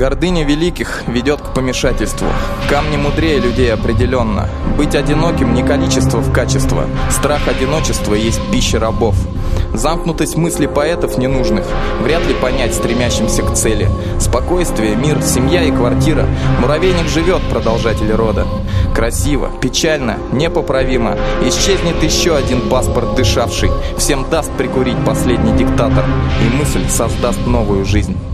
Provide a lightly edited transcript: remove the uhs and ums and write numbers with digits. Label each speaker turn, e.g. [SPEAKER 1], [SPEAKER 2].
[SPEAKER 1] Гордыня великих ведет к помешательству. Камни мудрее людей определенно. Быть одиноким не количество в качество. Страх одиночества есть пища рабов. Замкнутость мыслей поэтов ненужных вряд ли понять стремящимся к цели. Спокойствие, мир, семья и квартира. Муравейник живет, продолжатель рода. Красиво, печально, непоправимо. Исчезнет еще один паспорт дышавший. Всем даст прикурить последний диктатор. И мысль создаст новую жизнь.